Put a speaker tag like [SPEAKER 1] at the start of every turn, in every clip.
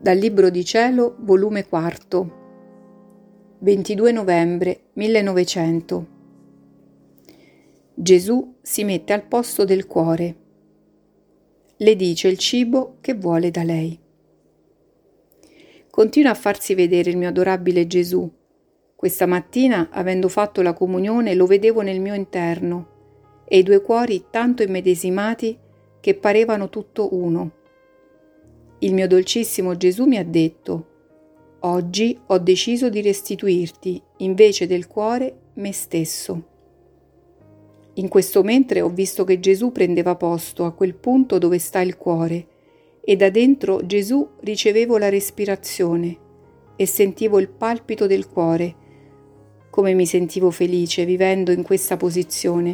[SPEAKER 1] Dal Libro di Cielo, volume 4, 22 novembre 1900. Gesù si mette al posto del cuore. Le dice il cibo che vuole da lei. Continua a farsi vedere il mio adorabile Gesù. Questa mattina, avendo fatto la comunione, lo vedevo nel mio interno e i due cuori tanto immedesimati che parevano tutto uno. Il mio dolcissimo Gesù mi ha detto: oggi ho deciso di restituirti, invece del cuore, me stesso. In questo mentre ho visto che Gesù prendeva posto a quel punto dove sta il cuore e da dentro Gesù ricevevo la respirazione e sentivo il palpito del cuore, come mi sentivo felice vivendo in questa posizione.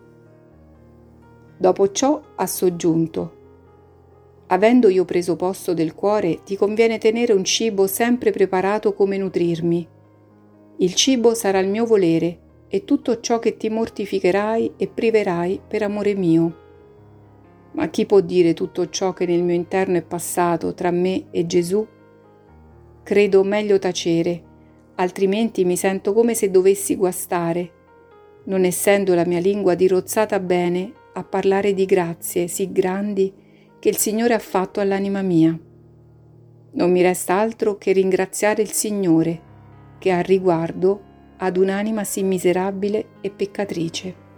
[SPEAKER 1] Dopo ciò ha soggiunto: avendo io preso posto del cuore, ti conviene tenere un cibo sempre preparato come nutrirmi. Il cibo sarà il mio volere e tutto ciò che ti mortificherai e priverai per amore mio. Ma chi può dire tutto ciò che nel mio interno è passato tra me e Gesù? Credo meglio tacere, altrimenti mi sento come se dovessi guastare, non essendo la mia lingua dirozzata bene a parlare di grazie sì grandi che il Signore ha fatto all'anima mia. Non mi resta altro che ringraziare il Signore, che ha riguardo ad un'anima sì miserabile e peccatrice.